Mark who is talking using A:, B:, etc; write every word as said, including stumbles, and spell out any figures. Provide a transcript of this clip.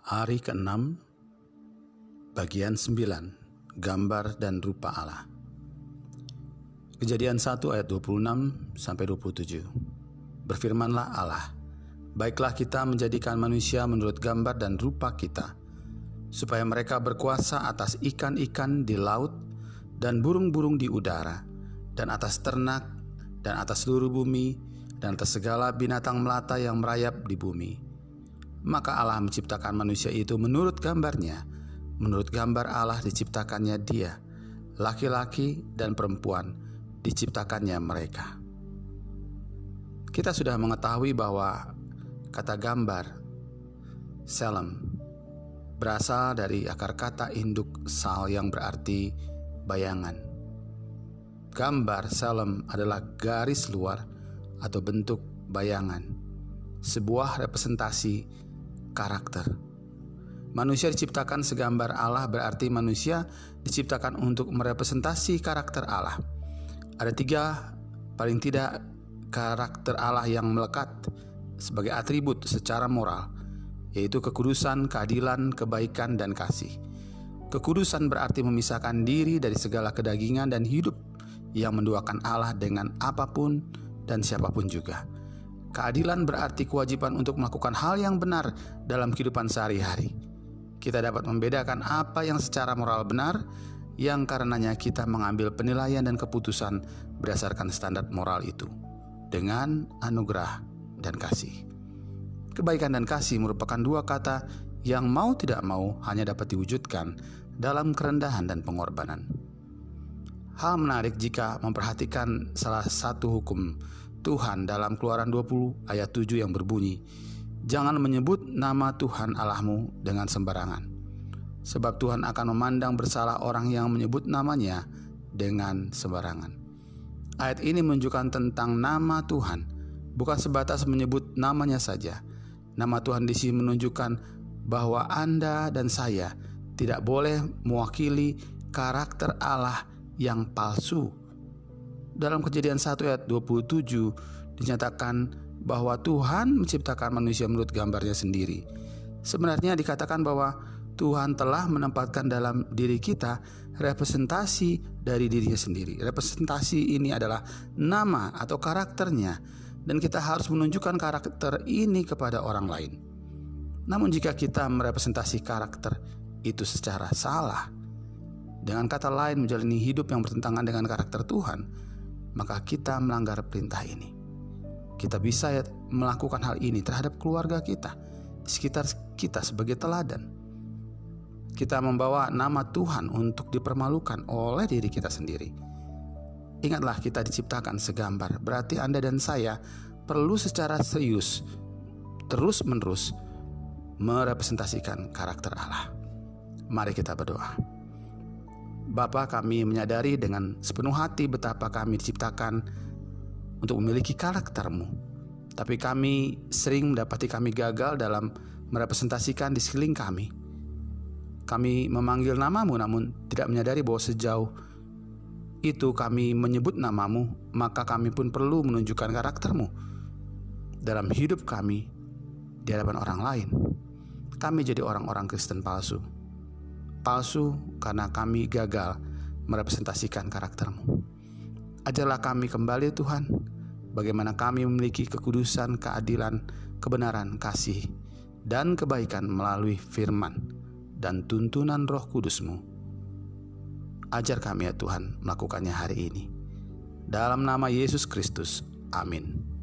A: Hari keenam, bagian sembilan, gambar dan rupa Allah. Kejadian satu ayat dua puluh enam sampai dua puluh tujuh. Berfirmanlah Allah, baiklah kita menjadikan manusia menurut gambar dan rupa kita, supaya mereka berkuasa atas ikan-ikan di laut dan burung-burung di udara, dan atas ternak, dan atas seluruh bumi, dan atas segala binatang melata yang merayap di bumi. Maka Allah menciptakan manusia itu menurut gambarnya, menurut gambar Allah diciptakannya dia, laki-laki dan perempuan diciptakannya mereka. Kita sudah mengetahui bahwa kata gambar, selem, berasal dari akar kata induk sal yang berarti bayangan. Gambar selem adalah garis luar atau bentuk bayangan, sebuah representasi karakter. Manusia diciptakan segambar Allah berarti manusia diciptakan untuk merepresentasi karakter Allah. Ada tiga paling tidak karakter Allah yang melekat sebagai atribut secara moral, yaitu kekudusan, keadilan, kebaikan, dan kasih. Kekudusan berarti memisahkan diri dari segala kedagingan dan hidup yang menduakan Allah dengan apapun dan siapapun juga. Keadilan berarti kewajiban untuk melakukan hal yang benar dalam kehidupan sehari-hari. Kita dapat membedakan apa yang secara moral benar, yang karenanya kita mengambil penilaian dan keputusan berdasarkan standar moral itu, dengan anugerah dan kasih. Kebaikan dan kasih merupakan dua kata yang mau tidak mau hanya dapat diwujudkan dalam kerendahan dan pengorbanan. Hal menarik jika memperhatikan salah satu hukum Tuhan dalam Keluaran dua puluh ayat tujuh yang berbunyi, jangan menyebut nama Tuhan Allahmu dengan sembarangan, sebab Tuhan akan memandang bersalah orang yang menyebut namanya dengan sembarangan. Ayat ini menunjukkan tentang nama Tuhan, bukan sebatas menyebut namanya saja. Nama Tuhan di sini menunjukkan bahwa Anda dan saya tidak boleh mewakili karakter Allah yang palsu. Dalam Kejadian satu ayat dua puluh tujuh dinyatakan bahwa Tuhan menciptakan manusia menurut gambarnya sendiri. Sebenarnya dikatakan bahwa Tuhan telah menempatkan dalam diri kita representasi dari dirinya sendiri. Representasi ini adalah nama atau karakternya, dan kita harus menunjukkan karakter ini kepada orang lain. Namun jika kita merepresentasi karakter itu secara salah, dengan kata lain menjalani hidup yang bertentangan dengan karakter Tuhan, maka kita melanggar perintah ini. Kita bisa melakukan hal ini terhadap keluarga kita, di sekitar kita sebagai teladan. Kita membawa nama Tuhan untuk dipermalukan oleh diri kita sendiri. Ingatlah, kita diciptakan segambar, berarti Anda dan saya perlu secara serius terus-menerus merepresentasikan karakter Allah. Mari kita berdoa. Bapa, kami menyadari dengan sepenuh hati betapa kami diciptakan untuk memiliki karakter-Mu. Tapi kami sering mendapati kami gagal dalam merepresentasikan di sekeliling kami. Kami memanggil nama-Mu namun tidak menyadari bahwa sejauh itu kami menyebut nama-Mu, maka kami pun perlu menunjukkan karakter-Mu dalam hidup kami di hadapan orang lain. Kami jadi orang-orang Kristen palsu. Palsu karena kami gagal merepresentasikan karakter-Mu. Ajarlah kami kembali Tuhan, bagaimana kami memiliki kekudusan, keadilan, kebenaran, kasih, dan kebaikan melalui firman dan tuntunan Roh Kudus-Mu. Ajar kami ya Tuhan melakukannya hari ini. Dalam nama Yesus Kristus, amin.